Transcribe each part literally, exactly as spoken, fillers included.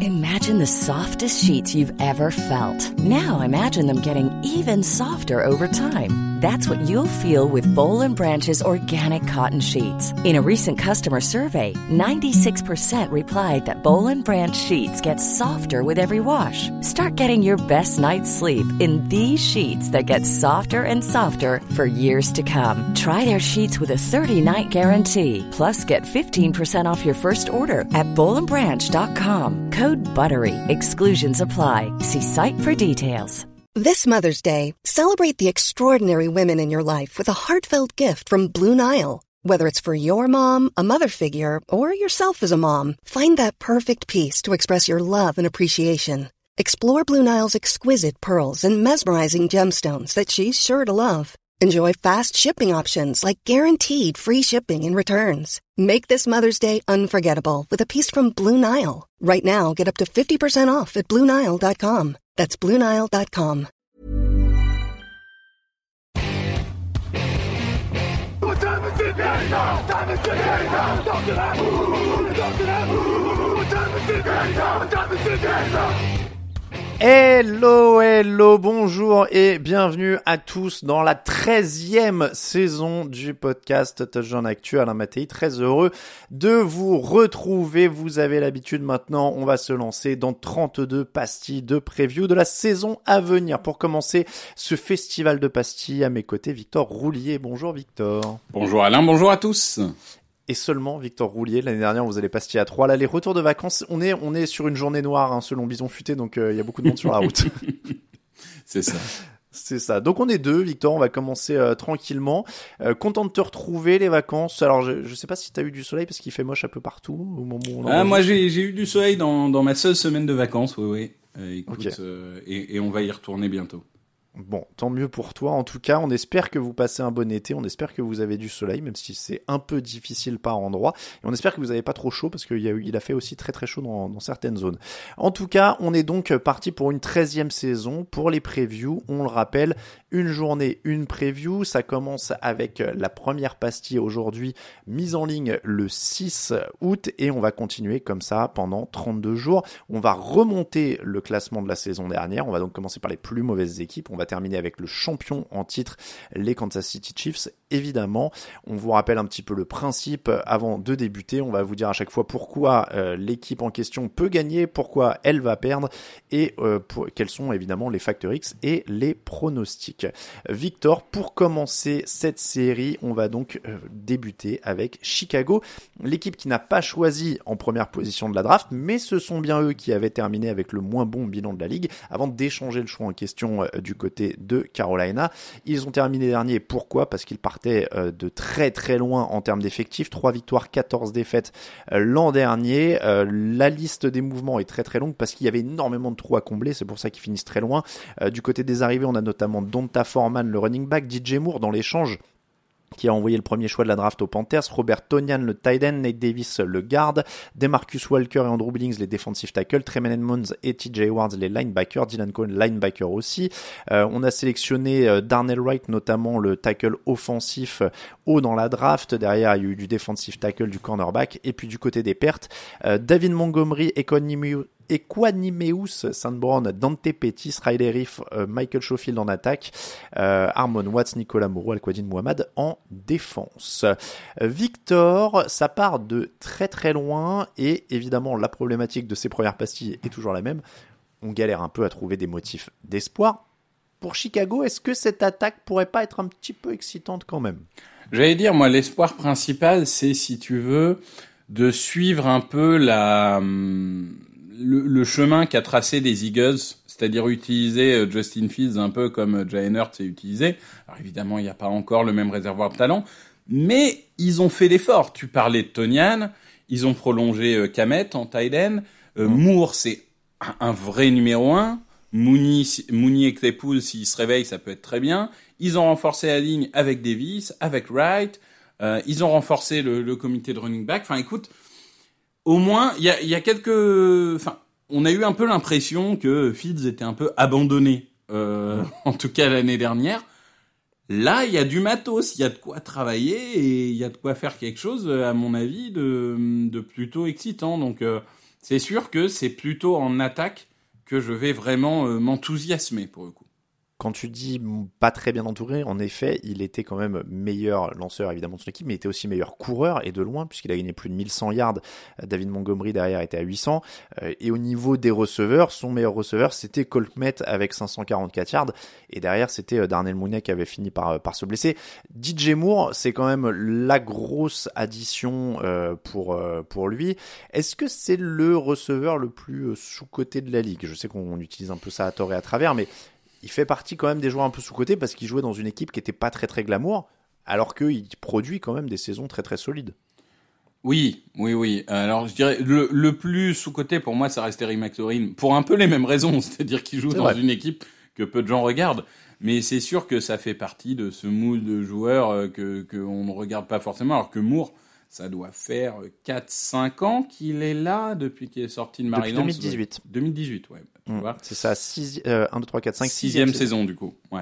Imagine the softest sheets you've ever felt. Now imagine them getting even softer over time. That's what you'll feel with Boll and Branch's organic cotton sheets. In a recent customer survey, ninety-six percent replied that Boll and Branch sheets get softer with every wash. Start getting your best night's sleep in these sheets that get softer and softer for years to come. Try their sheets with a thirty-night guarantee. Plus, get fifteen percent off your first order at boll and branch dot com. Code BUTTERY. Exclusions apply. See site for details. This Mother's Day, celebrate the extraordinary women in your life with a heartfelt gift from Blue Nile. Whether it's for your mom, a mother figure, or yourself as a mom, find that perfect piece to express your love and appreciation. Explore Blue Nile's exquisite pearls and mesmerizing gemstones that she's sure to love. Enjoy fast shipping options like guaranteed free shipping and returns. Make this Mother's Day unforgettable with a piece from Blue Nile. Right now, get up to fifty percent off at blue nile dot com. That's blue nile dot com. What time is it now? Time is it now? Talk to that. Talk to that. What time is it now? What time is it now? Hello, hello, bonjour et bienvenue à tous dans la treizième saison du podcast Touchdown Actu. Alain Mattei, très heureux de vous retrouver. Vous avez l'habitude maintenant, on va se lancer dans trente-deux pastilles de preview de la saison à venir. Pour commencer ce festival de pastilles, à mes côtés, Victor Roulier. Bonjour Victor. Bonjour Alain, bonjour à tous. Et seulement Victor Roulier. L'année dernière, vous allez pastiller à trois. Là, les retours de vacances, on est, on est sur une journée noire, hein, selon Bison Futé, donc il euh, y a beaucoup de monde sur la route. C'est ça. C'est ça. Donc on est deux, Victor, on va commencer euh, tranquillement. Euh, content de te retrouver, les vacances. Alors je, je sais pas si t'as eu du soleil, parce qu'il fait moche un peu partout. Au moment où on ah, moi j'ai, j'ai eu du soleil dans, dans ma seule semaine de vacances, oui, oui. Euh, écoute, okay. euh, et, et on va y retourner bientôt. Bon, tant mieux pour toi. En tout cas, on espère que vous passez un bon été. On espère que vous avez du soleil, même si c'est un peu difficile par endroits. Et on espère que vous n'avez pas trop chaud, parce qu'il y a eu, il a fait aussi très très chaud dans, dans certaines zones. En tout cas, on est donc parti pour une treizième saison. Pour les previews, on le rappelle, une journée, une preview. Ça commence avec la première pastille aujourd'hui, mise en ligne le six août. Et on va continuer comme ça pendant trente-deux jours. On va remonter le classement de la saison dernière. On va donc commencer par les plus mauvaises équipes. On va terminer avec le champion en titre, les Kansas City Chiefs. Évidemment, on vous rappelle un petit peu le principe avant de débuter. On va vous dire à chaque fois pourquoi euh, l'équipe en question peut gagner, pourquoi elle va perdre et euh, pour, quels sont évidemment les facteurs X et les pronostics. Victor, pour commencer cette série, on va donc euh, débuter avec Chicago, l'équipe qui n'a pas choisi en première position de la draft, mais ce sont bien eux qui avaient terminé avec le moins bon bilan de la ligue avant d'échanger le choix en question euh, du côté de Carolina. Ils ont terminé dernier. Pourquoi ? Parce qu'ils partaient euh, de très très loin en termes d'effectifs. trois victoires, quatorze défaites euh, l'an dernier. Euh, la liste des mouvements est très très longue parce qu'il y avait énormément de trous à combler. C'est pour ça qu'ils finissent très loin. Euh, du côté des arrivées, on a notamment Donta Foreman, le running back, D J Moore dans l'échange, qui a envoyé le premier choix de la draft aux Panthers, Robert Tonyan, le tight end, Nate Davis, le guard, DeMarcus Walker et Andrew Billings, les defensive tackles, Tremaine Edmonds et T J Wards, les linebackers, Dylan Cohen, linebacker aussi. Euh, on a sélectionné euh, Darnell Wright, notamment le tackle offensif euh, haut dans la draft. Derrière, il y a eu du defensive tackle, du cornerback. Et puis du côté des pertes, euh, David Montgomery, Equanimeous, Equanimeous Saint Brown, Dante Pettis, Riley Reef, euh, Michael Schofield en attaque, euh, Harmon Watts, Nicolas Moreau, Al-Quadin Mohamed en défense. Euh, Victor, ça part de très très loin et évidemment la problématique de ces premières pastilles est toujours la même. On galère un peu à trouver des motifs d'espoir. Pour Chicago, est-ce que cette attaque pourrait pas être un petit peu excitante quand même ? J'allais dire, moi, l'espoir principal, c'est, si tu veux, de suivre un peu la... Le, le chemin qu'a tracé des Eagles, c'est-à-dire utiliser Justin Fields un peu comme Jalen Hurts est utilisé. Alors évidemment, il n'y a pas encore le même réservoir de talent, mais ils ont fait l'effort. Tu parlais de Tonyan, ils ont prolongé Kmet en tight end. Euh, mmh. Moore, c'est un, un vrai numéro un. Mooney, Mooney et Claypool, s'ils se réveillent, ça peut être très bien. Ils ont renforcé la ligne avec Davis, avec Wright. Euh, ils ont renforcé le, le comité de running back. Enfin, écoute... Au moins, il y a, y a quelques... Enfin, on a eu un peu l'impression que Fields était un peu abandonné, euh, en tout cas l'année dernière. Là, il y a du matos, il y a de quoi travailler et il y a de quoi faire quelque chose, à mon avis, de, de plutôt excitant. Donc, euh, C'est sûr que c'est plutôt en attaque que je vais vraiment euh, m'enthousiasmer pour le coup. Quand tu dis pas très bien entouré, en effet, il était quand même meilleur lanceur évidemment de son équipe, mais il était aussi meilleur coureur et de loin puisqu'il a gagné plus de mille cent yards. David Montgomery derrière était à huit cents. Et au niveau des receveurs, son meilleur receveur c'était Colt Kmet avec cinq cent quarante-quatre yards et derrière c'était Darnell Mooney qui avait fini par par se blesser. D J Moore, c'est quand même la grosse addition pour pour lui. Est-ce que c'est le receveur le plus sous-coté de la ligue ? Je sais qu'on utilise un peu ça à tort et à travers, mais il fait partie quand même des joueurs un peu sous-cotés parce qu'il jouait dans une équipe qui était pas très très glamour, alors qu'il produit quand même des saisons très très solides. Oui, oui, oui. Alors je dirais le, le plus sous-coté pour moi, ça reste Eric McLaurin pour un peu les mêmes raisons, c'est-à-dire qu'il joue c'est dans vrai. Une équipe que peu de gens regardent. Mais c'est sûr que ça fait partie de ce mood de joueurs que qu'on ne regarde pas forcément, alors que Moore, ça doit faire quatre cinq ans qu'il est là, depuis qu'il est sorti de Maryland. Depuis deux mille dix-huit. deux mille dixhuit, ouais. Tu mmh, vois. C'est ça, six, euh, un, deux, trois, quatre, cinq, sixième saison, saison, du coup. Ouais.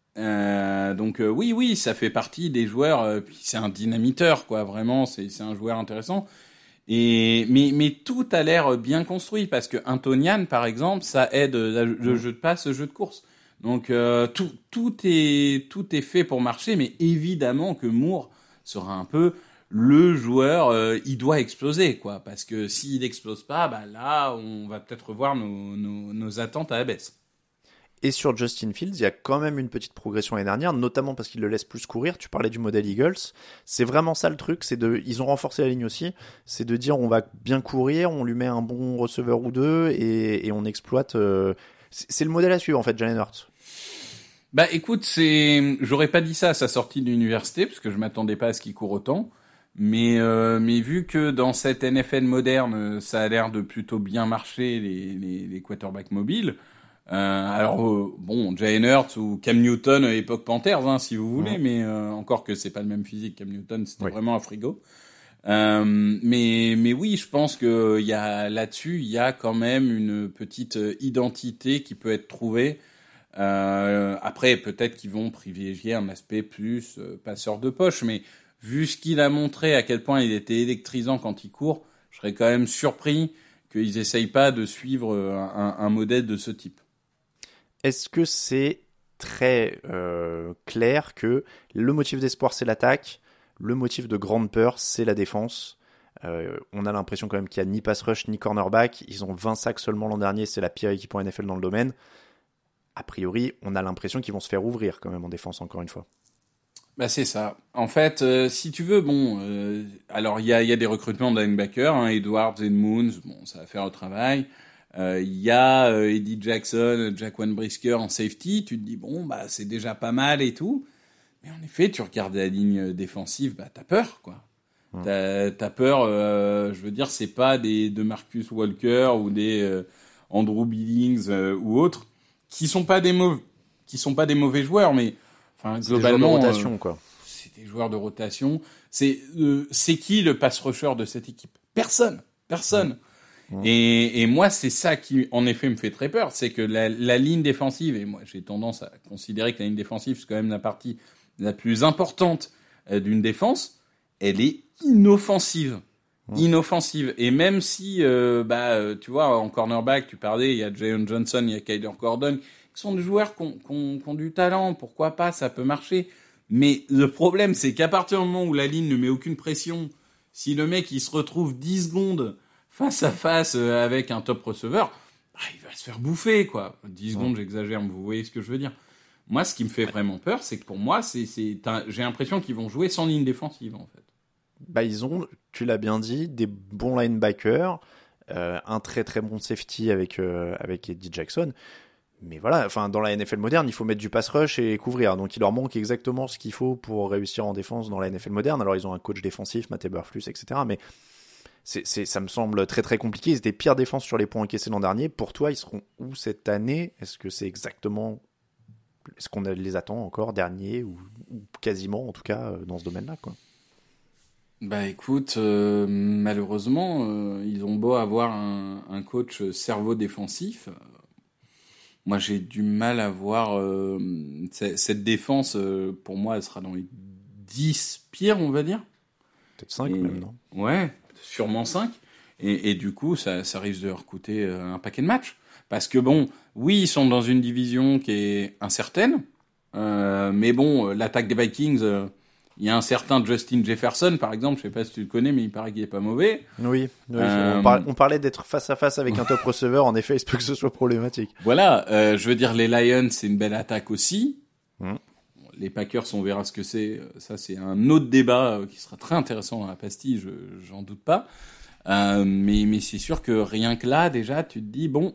Euh, donc, euh, oui, oui, ça fait partie des joueurs, euh, puis c'est un dynamiteur, quoi, vraiment, c'est, c'est un joueur intéressant. Et, mais, mais tout a l'air bien construit, parce que Antonian, par exemple, ça aide le mmh. jeu de passe, le jeu de course. Donc, euh, tout, tout est, tout est fait pour marcher, mais évidemment que Moore sera un peu le joueur, euh, il doit exploser, quoi, parce que s'il n'explose pas, bah là, on va peut-être revoir nos, nos, nos attentes à la baisse. Et sur Justin Fields, il y a quand même une petite progression l'année dernière, notamment parce qu'il le laisse plus courir. Tu parlais du modèle Eagles, c'est vraiment ça le truc. C'est de, ils ont renforcé la ligne aussi. C'est de dire on va bien courir, on lui met un bon receveur ou deux et, et on exploite. Euh, c'est, c'est le modèle à suivre en fait, Jalen Hurts. Bah écoute, c'est, j'aurais pas dit ça à sa sortie de l'université parce que je m'attendais pas à ce qu'il court autant. Mais, euh, mais vu que dans cette N F L moderne, ça a l'air de plutôt bien marcher, les, les, les quarterbacks mobiles, euh, alors euh, bon, Jalen Hurts ou Cam Newton, époque Panthers, hein, si vous voulez, ouais. mais euh, encore que c'est pas le même physique, Cam Newton, c'était oui. vraiment un frigo. Euh, mais, mais oui, je pense que y a, là-dessus, il y a quand même une petite identité qui peut être trouvée. Euh, après, peut-être qu'ils vont privilégier un aspect plus euh, passeur de poche, mais vu ce qu'il a montré, à quel point il était électrisant quand il court, je serais quand même surpris qu'ils essayent pas de suivre un, un modèle de ce type. Est-ce que c'est très euh, clair que le motif d'espoir, c'est l'attaque, le motif de grande peur, c'est la défense ? euh, On a l'impression quand même qu'il n'y a ni pass rush, ni cornerback. Ils ont vingt sacs seulement l'an dernier, c'est la pire équipe en N F L dans le domaine. A priori, on a l'impression qu'ils vont se faire ouvrir quand même en défense, encore une fois. Bah c'est ça. En fait, euh, si tu veux, bon, euh, alors il y a, y a des recrutements de linebackers, hein, Edwards et Moons, bon, ça va faire le travail. Il euh, y a euh, Eddie Jackson, Jaquan Brisker en safety. Tu te dis bon, bah c'est déjà pas mal et tout. Mais en effet, tu regardes la ligne défensive, bah t'as peur, quoi. Mmh. T'as, t'as peur. Euh, je veux dire, c'est pas des de Marcus Walker ou des euh, Andrew Billings euh, ou autres qui sont pas des mauvais, qui sont pas des mauvais joueurs, mais enfin, c'est globalement, des joueurs de rotation, euh, quoi. C'est des joueurs de rotation. C'est, euh, c'est qui le pass rusher de cette équipe ? Personne. Personne. Mmh. Mmh. Et, et moi, c'est ça qui, en effet, me fait très peur. C'est que la, la ligne défensive, et moi, j'ai tendance à considérer que la ligne défensive, c'est quand même la partie la plus importante euh, d'une défense, elle est inoffensive. Mmh. Inoffensive. Et même si, euh, bah, tu vois, en cornerback, tu parlais, il y a Jayon Johnson, il y a Kyler Gordon, qui sont des joueurs qui ont, qui ont, qui ont du talent, pourquoi pas, ça peut marcher. Mais le problème, c'est qu'à partir du moment où la ligne ne met aucune pression, si le mec il se retrouve dix secondes face à face avec un top receveur, bah, il va se faire bouffer, quoi. dix secondes, j'exagère, mais vous voyez ce que je veux dire. Moi, ce qui me fait vraiment peur, c'est que pour moi, c'est, c'est, j'ai l'impression qu'ils vont jouer sans ligne défensive, en fait. Bah, ils ont, tu l'as bien dit, des bons linebackers, euh, un très très bon safety avec, euh, avec Eddie Jackson. Mais voilà, enfin, dans la N F L moderne, il faut mettre du pass rush et couvrir. Donc, il leur manque exactement ce qu'il faut pour réussir en défense dans la N F L moderne. Alors, ils ont un coach défensif, Matt Eberflus, et cetera. Mais c'est, c'est, ça me semble très, très compliqué. Ils étaient pire défense sur les points encaissés l'an dernier. Pour toi, ils seront où cette année ? Est-ce que c'est exactement... Est-ce qu'on les attend encore dernier ou, ou quasiment, en tout cas, dans ce domaine-là, quoi ? Bah écoute, euh, malheureusement, euh, ils ont beau avoir un, un coach cerveau défensif... Moi, j'ai du mal à voir euh, cette défense. Euh, pour moi, elle sera dans les dix pires, on va dire. Peut-être cinq, Et, même, non ? Ouais, sûrement cinq. Et, et du coup, ça, ça risque de leur coûter un paquet de matchs. Parce que bon, oui, ils sont dans une division qui est incertaine, euh, mais bon, l'attaque des Vikings, il euh, y a un certain Justin Jefferson, par exemple, je sais pas si tu le connais, mais il paraît qu'il est pas mauvais. Oui, oui euh, on, parlait, on parlait d'être face à face avec un top receveur, en effet, il se peut que ce soit problématique. Voilà, euh, je veux dire, les Lions, c'est une belle attaque aussi. Mmh. Les Packers, on verra ce que c'est. Ça, c'est un autre débat qui sera très intéressant dans la pastille, je, j'en doute pas. Euh, mais, mais c'est sûr que rien que là, déjà, tu te dis, bon,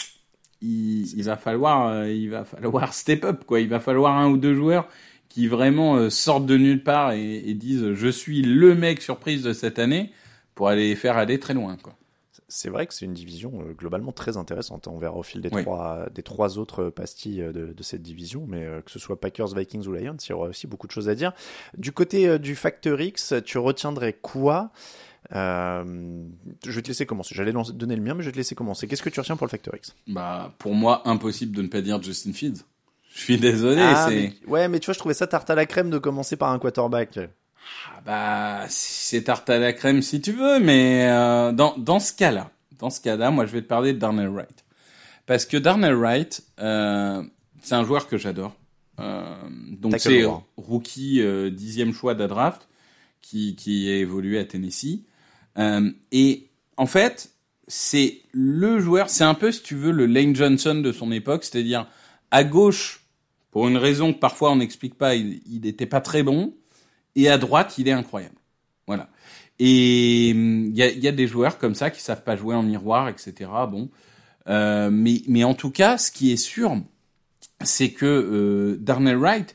il, il va falloir, euh, il va falloir step up, quoi. Il va falloir un ou deux joueurs qui vraiment euh, sortent de nulle part et, et disent, je suis le mec surprise de cette année pour aller faire aller très loin, quoi. C'est vrai que c'est une division euh, globalement très intéressante. On verra au fil des, oui. trois, des trois autres pastilles de, de cette division, mais euh, que ce soit Packers, Vikings ou Lions, il y aura aussi beaucoup de choses à dire. Du côté euh, du Factor X, tu retiendrais quoi ? euh, Je vais te laisser commencer. J'allais lancer, donner le mien, mais je vais te laisser commencer. Qu'est-ce que tu retiens pour le Factor X ? Bah, pour moi, impossible de ne pas dire Justin Fields. Je suis désolé. Ah, c'est... Mais, ouais, mais tu vois, je trouvais ça tarte à la crème de commencer par un quarterback. Ah bah, c'est tarte à la crème si tu veux, mais euh, dans, dans ce cas-là, Dans ce cas-là, moi, je vais te parler de Darnell Wright. Parce que Darnell Wright, euh, c'est un joueur que j'adore. Euh, donc, T'as c'est droit. rookie euh, dixième choix de la draft qui, qui a évolué à Tennessee. Euh, et en fait, c'est le joueur, c'est un peu, si tu veux, le Lane Johnson de son époque. C'est-à-dire, à gauche, pour une raison que parfois on n'explique pas, il n'était pas très bon. Et à droite, il est incroyable. Voilà. Et il y a, y a des joueurs comme ça qui savent pas jouer en miroir, et cetera. Bon, euh, mais mais en tout cas, ce qui est sûr, c'est que euh, Darnell Wright,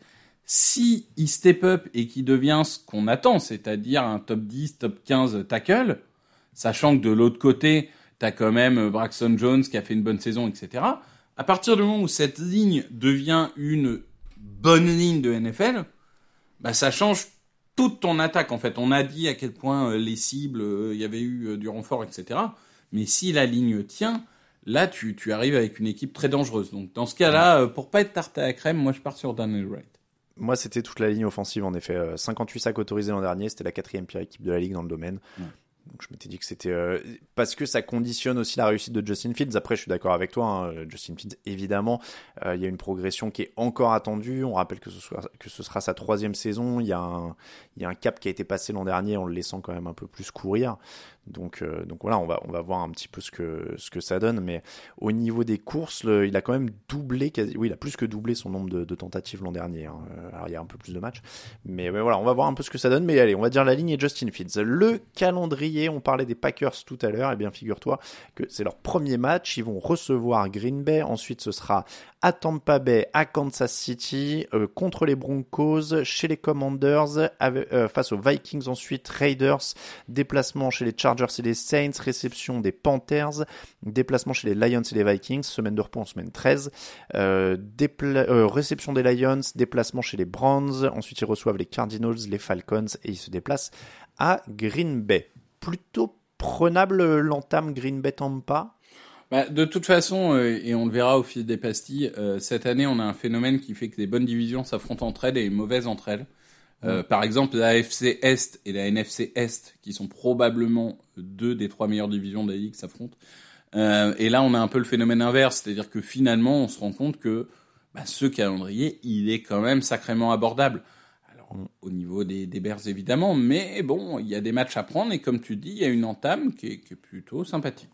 si il step up et qu'il devient ce qu'on attend, c'est-à-dire un top dix, top quinze tackle, sachant que de l'autre côté, t'as quand même Braxton Jones qui a fait une bonne saison, et cetera. À partir du moment où cette ligne devient une bonne ligne de N F L, bah ça change toute ton attaque, en fait. On a dit à quel point euh, les cibles, il euh, y avait eu euh, du renfort, et cetera. Mais si la ligne tient, là, tu, tu arrives avec une équipe très dangereuse. Donc, dans ce cas-là, euh, pour pas être tarte à la crème, moi, je pars sur Darnell Wright. Moi, c'était toute la ligne offensive, en effet. Euh, cinquante-huit sacs autorisés l'an dernier, c'était la quatrième pire équipe de la ligue dans le domaine. Ouais. Donc, je m'étais dit que c'était... Euh, parce que ça conditionne aussi la réussite de Justin Fields. Après, je suis d'accord avec toi. Hein, Justin Fields, évidemment, euh, il y a une progression qui est encore attendue. On rappelle que ce, soit, que ce sera sa troisième saison. Il y, a un, il y a un cap qui a été passé l'an dernier en le laissant quand même un peu plus courir. Donc, euh, donc voilà, on va, on va voir un petit peu ce que, ce que ça donne. Mais au niveau des courses, le, il a quand même doublé, quasi, oui, il a plus que doublé son nombre de, de tentatives l'an dernier. Hein. Alors, il y a un peu plus de matchs. Mais, mais voilà, on va voir un peu ce que ça donne. Mais allez, on va dire la ligne et Justin Fields. Le calendrier, on parlait des Packers tout à l'heure. Eh bien, figure-toi que c'est leur premier match. Ils vont recevoir Green Bay. Ensuite, ce sera à Tampa Bay, à Kansas City, euh, contre les Broncos, chez les Commanders, avec, euh, face aux Vikings ensuite, Raiders, déplacement chez les Chargers et les Saints, réception des Panthers, déplacement chez les Lions et les Vikings, semaine de repos en semaine treize, euh, dépla- euh, réception des Lions, déplacement chez les Browns, ensuite ils reçoivent les Cardinals, les Falcons et ils se déplacent à Green Bay. Plutôt prenable l'entame Green Bay-Tampa. Bah, de toute façon, euh, et on le verra au fil des pastilles, euh, cette année, on a un phénomène qui fait que les bonnes divisions s'affrontent entre elles et les mauvaises entre elles. Euh, mmh. Par exemple, la A F C Est et la N F C Est, qui sont probablement deux des trois meilleures divisions de la Ligue, s'affrontent. Euh, et là, on a un peu le phénomène inverse, c'est-à-dire que finalement, on se rend compte que bah, ce calendrier, il est quand même sacrément abordable. Alors, mmh. au niveau des, des Bears, évidemment, mais bon, il y a des matchs à prendre, et comme tu dis, il y a une entame qui est, qui est plutôt sympathique.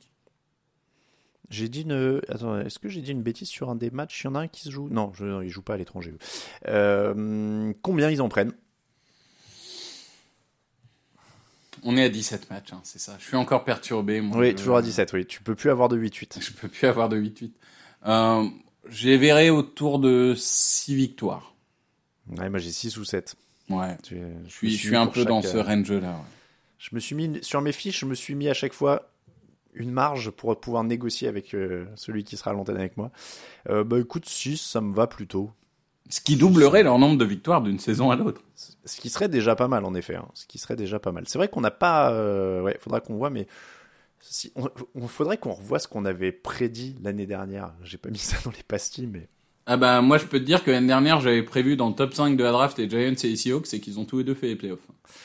J'ai dit une... Attends, est-ce que j'ai dit une bêtise sur un des matchs ? Il y en a un qui se joue ? Non, je... non ils jouent pas à l'étranger. Euh... Combien ils en prennent ? On est à dix-sept matchs, hein, c'est ça. Je suis encore perturbé. Moi, oui, je... toujours à dix-sept, oui. Tu peux plus avoir de huit huit. Je peux plus avoir de huit huit. Euh, je les verrai autour de six victoires. Ouais, moi j'ai six ou sept. Ouais. Je, je suis, je suis un peu chaque... dans ce range-là. Ouais. Je me suis mis, sur mes fiches, je me suis mis à chaque fois une marge pour pouvoir négocier avec euh, celui qui sera à l'antenne avec moi. Euh, bah écoute, six, ça me va plutôt. Ce qui doublerait leur nombre de victoires d'une saison à l'autre. Ce qui serait déjà pas mal, en effet. Hein. Ce qui serait déjà pas mal. C'est vrai qu'on n'a pas... Euh... Ouais, faudra qu'on voit, mais... Si... On... on faudrait qu'on revoie ce qu'on avait prédit l'année dernière. J'ai pas mis ça dans les pastilles, mais... Ah bah, moi, je peux te dire que l'année dernière, j'avais prévu dans le top cinq de la draft les Giants et les Seahawks, et qu'ils ont tous les deux fait les playoffs.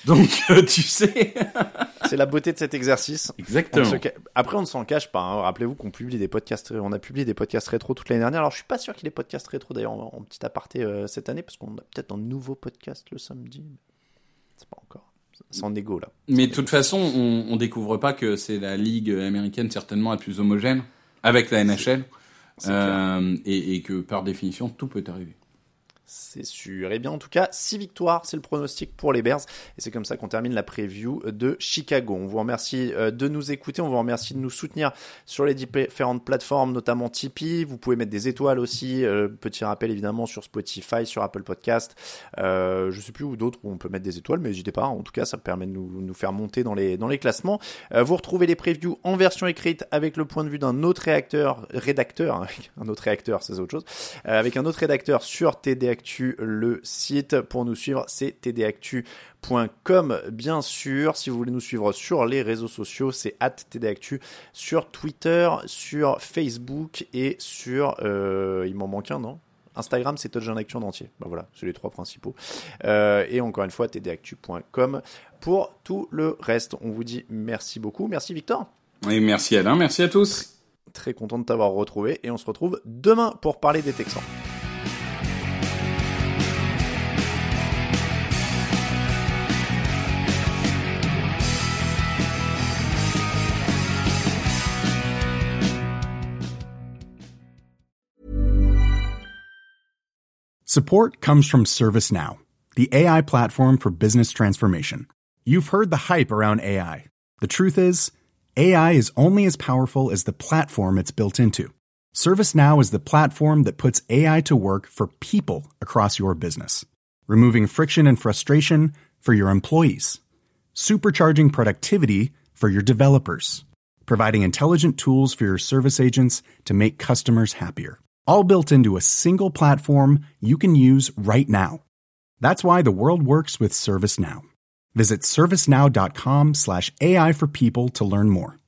Donc, euh, tu sais... C'est la beauté de cet exercice. Exactement. On se... Après, on ne s'en cache pas. Hein. Rappelez-vous qu'on publie des podcasts. On a publié des podcasts rétro toute l'année dernière. Alors, je suis pas sûr qu'il y ait des podcasts rétro d'ailleurs en, en petit aparté euh, cette année, parce qu'on a peut-être un nouveau podcast le samedi. C'est pas encore. C'est en égo là. Mais de toute façon, on, on découvre pas que c'est la ligue américaine certainement la plus homogène avec la N H L, c'est, c'est euh, et, et que par définition tout peut arriver. C'est sûr. Et bien, en tout cas, six victoires, c'est le pronostic pour les Bears. Et c'est comme ça qu'on termine la preview de Chicago. On vous remercie de nous écouter. On vous remercie de nous soutenir sur les différentes plateformes, notamment Tipeee. Vous pouvez mettre des étoiles aussi. Euh, petit rappel, évidemment, sur Spotify, sur Apple Podcast. Euh, je ne sais plus où d'autres où on peut mettre des étoiles, mais n'hésitez pas. En tout cas, ça permet de nous, nous faire monter dans les, dans les classements. Euh, vous retrouvez les previews en version écrite avec le point de vue d'un autre réacteur, rédacteur, hein, un autre réacteur, c'est autre chose, euh, avec un autre rédacteur sur T D Actu, le site. Pour nous suivre, c'est t d actu point com bien sûr. Si vous voulez nous suivre sur les réseaux sociaux, c'est arobase t d actu sur Twitter, sur Facebook et sur euh, il m'en manque un, non? Instagram, c'est Touchdown Actu en entier. Ben voilà, c'est les trois principaux. Euh, et encore une fois, t d actu point com pour tout le reste. On vous dit merci beaucoup. Merci Victor. Et merci Alain, merci à tous. Très content de t'avoir retrouvé et on se retrouve demain pour parler des Texans. Support comes from ServiceNow, the A I platform for business transformation. You've heard the hype around A I. The truth is, A I is only as powerful as the platform it's built into. ServiceNow is the platform that puts A I to work for people across your business, removing friction and frustration for your employees, supercharging productivity for your developers, providing intelligent tools for your service agents to make customers happier. All built into a single platform you can use right now. That's why the world works with ServiceNow. Visit servicenow.com slash AI for people to learn more.